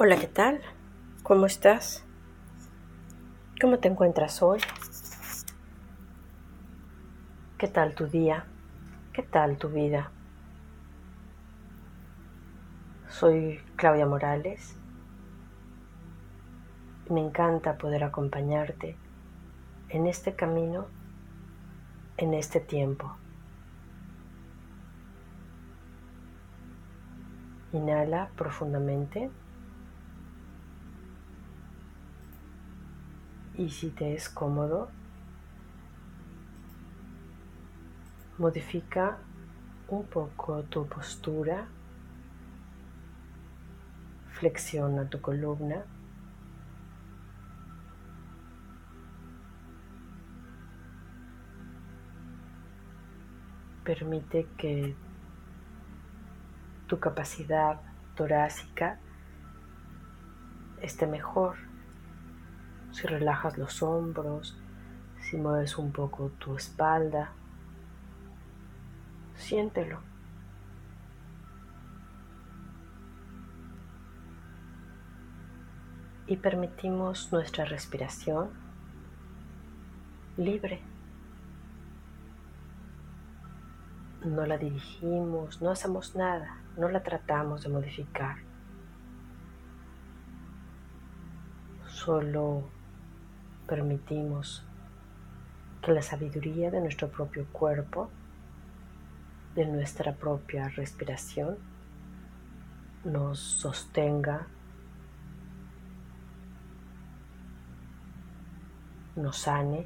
Hola, ¿qué tal? ¿Cómo estás? ¿Cómo te encuentras hoy? ¿Qué tal tu día? ¿Qué tal tu vida? Soy Claudia Morales y me encanta poder acompañarte en este camino, en este tiempo. Inhala profundamente y si te es cómodo, modifica un poco tu postura, flexiona tu columna. Permite que tu capacidad torácica esté mejor. Si relajas los hombros, si mueves un poco tu espalda, siéntelo. Y permitimos nuestra respiración libre. No la dirigimos, no hacemos nada, no la tratamos de modificar. Solo permitimos que la sabiduría de nuestro propio cuerpo, de nuestra propia respiración, nos sostenga, nos sane.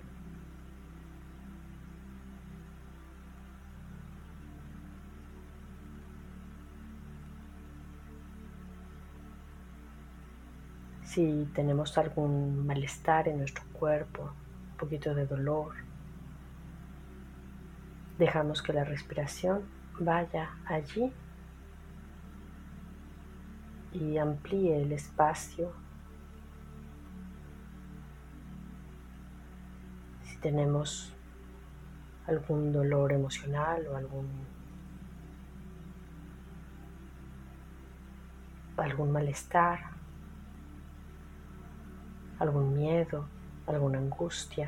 Si tenemos algún malestar en nuestro cuerpo, un poquito de dolor, dejamos que la respiración vaya allí y amplíe el espacio. Si tenemos algún dolor emocional o algún malestar, algún miedo, alguna angustia,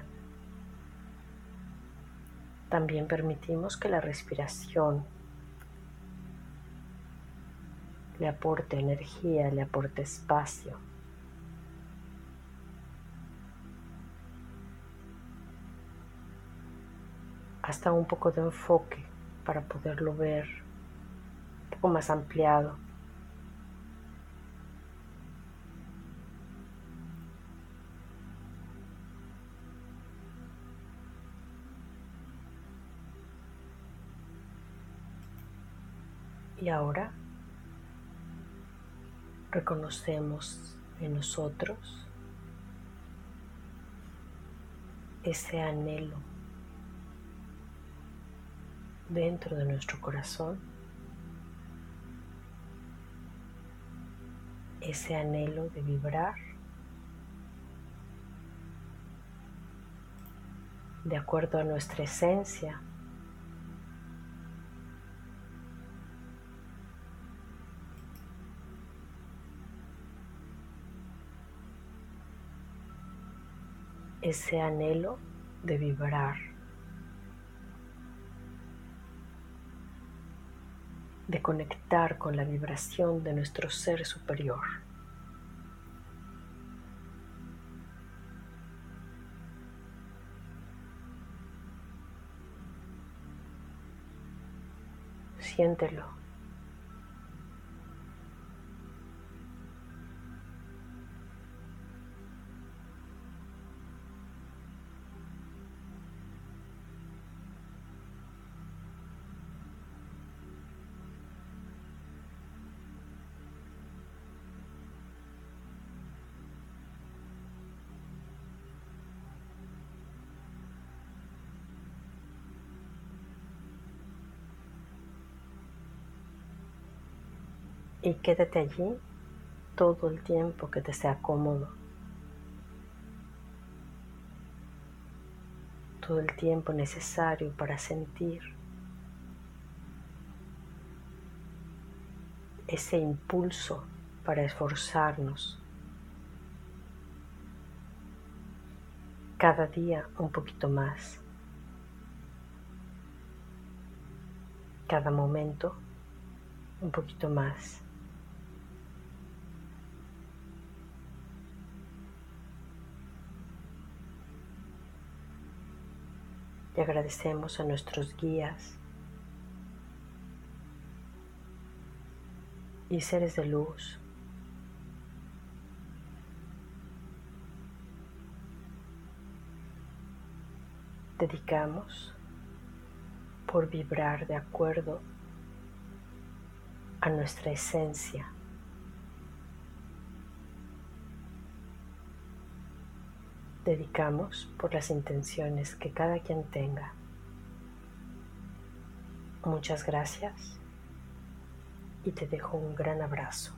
también permitimos que la respiración le aporte energía, le aporte espacio. Hasta un poco de enfoque para poderlo ver un poco más ampliado. Y ahora reconocemos en nosotros ese anhelo dentro de nuestro corazón, ese anhelo de vibrar de acuerdo a nuestra esencia, ese anhelo de vibrar, de conectar con la vibración de nuestro ser superior. Siéntelo. Y quédate allí todo el tiempo que te sea cómodo, todo el tiempo necesario para sentir ese impulso para esforzarnos cada día un poquito más, cada momento un poquito más. Y agradecemos a nuestros guías y seres de luz dedicamos por vibrar de acuerdo a nuestra esencia. Dedicamos por las intenciones que cada quien tenga. Muchas gracias y te dejo un gran abrazo.